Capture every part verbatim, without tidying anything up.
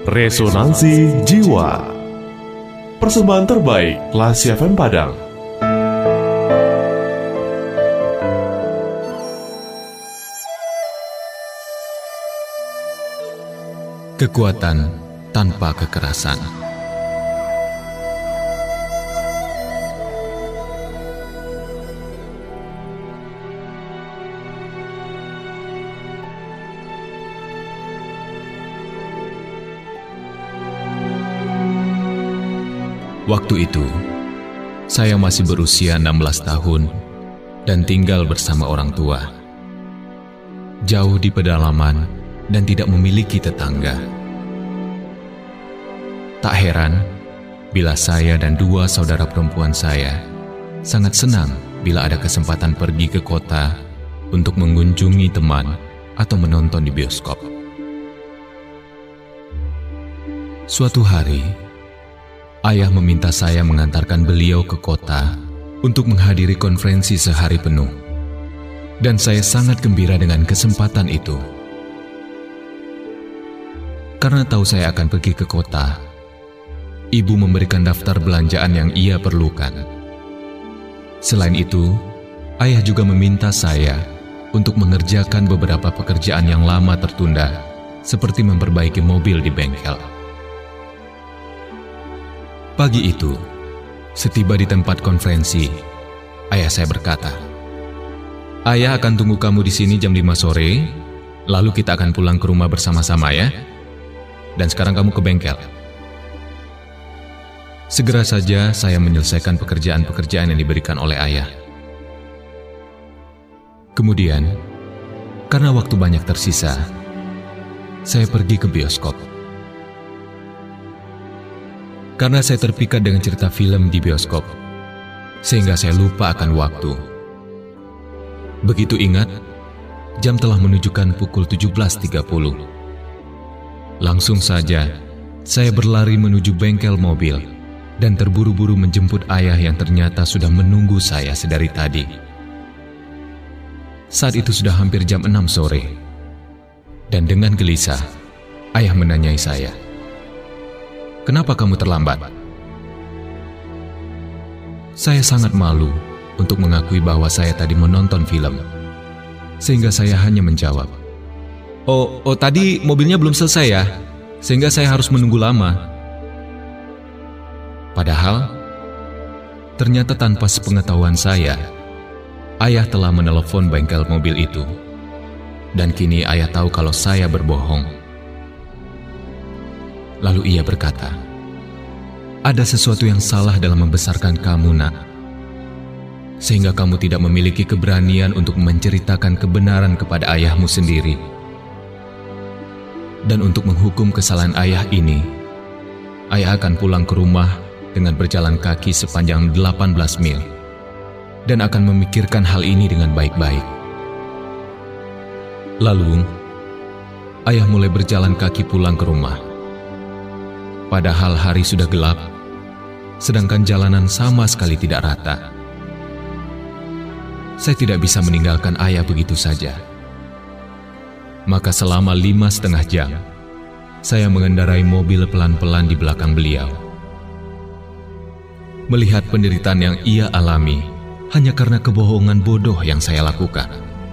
Resonansi Jiwa. Persembahan terbaik Lasi F M Padang. Kekuatan tanpa kekerasan. Waktu itu, saya masih berusia enam belas tahun dan tinggal bersama orang tua. Jauh di pedalaman dan tidak memiliki tetangga. Tak heran bila saya dan dua saudara perempuan saya sangat senang bila ada kesempatan pergi ke kota untuk mengunjungi teman atau menonton di bioskop. Suatu hari, ayah meminta saya mengantarkan beliau ke kota untuk menghadiri konferensi sehari penuh. Dan saya sangat gembira dengan kesempatan itu. Karena tahu saya akan pergi ke kota, ibu memberikan daftar belanjaan yang ia perlukan. Selain itu, ayah juga meminta saya untuk mengerjakan beberapa pekerjaan yang lama tertunda, seperti memperbaiki mobil di bengkel. Pagi itu, setiba di tempat konferensi, ayah saya berkata, "Ayah akan tunggu kamu di sini jam lima sore, lalu kita akan pulang ke rumah bersama-sama ya. Dan sekarang kamu ke bengkel." Segera saja saya menyelesaikan pekerjaan-pekerjaan yang diberikan oleh ayah. Kemudian, karena waktu banyak tersisa, saya pergi ke bioskop. Karena saya terpikat dengan cerita film di bioskop, sehingga saya lupa akan waktu. Begitu ingat, jam telah menunjukkan pukul tujuh belas tiga puluh. Langsung saja, saya berlari menuju bengkel mobil dan terburu-buru menjemput ayah yang ternyata sudah menunggu saya sedari tadi. Saat itu sudah hampir jam enam sore, dan dengan gelisah, ayah menanyai saya, "Kenapa kamu terlambat?" Saya sangat malu untuk mengakui bahwa saya tadi menonton film, sehingga saya hanya menjawab, Oh, oh tadi mobilnya belum selesai ya, sehingga saya harus menunggu lama." Padahal, ternyata tanpa sepengetahuan saya, ayah telah menelepon bengkel mobil itu, dan kini ayah tahu kalau saya berbohong. Lalu ia berkata, "Ada sesuatu yang salah dalam membesarkan kamu, nak, sehingga kamu tidak memiliki keberanian untuk menceritakan kebenaran kepada ayahmu sendiri. Dan untuk menghukum kesalahan ayah ini, ayah akan pulang ke rumah dengan berjalan kaki sepanjang delapan belas mil, dan akan memikirkan hal ini dengan baik-baik." Lalu, ayah mulai berjalan kaki pulang ke rumah. Padahal hari sudah gelap, sedangkan jalanan sama sekali tidak rata. Saya tidak bisa meninggalkan ayah begitu saja. Maka selama lima setengah jam, saya mengendarai mobil pelan-pelan di belakang beliau. Melihat penderitaan yang ia alami hanya karena kebohongan bodoh yang saya lakukan.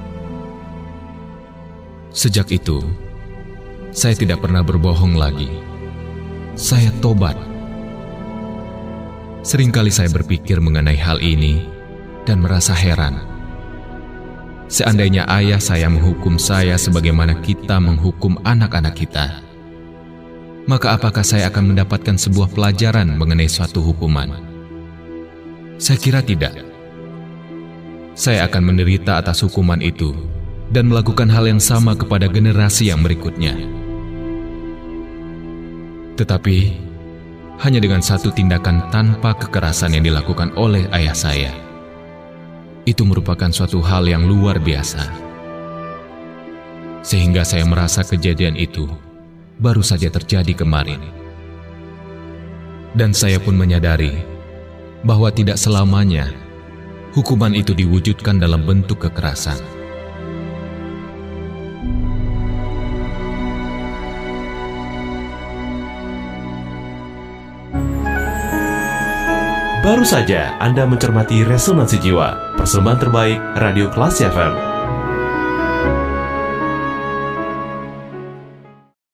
Sejak itu, saya tidak pernah berbohong lagi. Saya tobat. Seringkali saya berpikir mengenai hal ini dan merasa heran. Seandainya ayah saya menghukum saya sebagaimana kita menghukum anak-anak kita, maka apakah saya akan mendapatkan sebuah pelajaran mengenai suatu hukuman? Saya kira tidak. Saya akan menderita atas hukuman itu dan melakukan hal yang sama kepada generasi yang berikutnya. Tetapi, hanya dengan satu tindakan tanpa kekerasan yang dilakukan oleh ayah saya, itu merupakan suatu hal yang luar biasa. Sehingga saya merasa kejadian itu baru saja terjadi kemarin. Dan saya pun menyadari bahwa tidak selamanya hukuman itu diwujudkan dalam bentuk kekerasan. Baru saja Anda mencermati Resonansi Jiwa, persembahan terbaik Radio Klasik F M.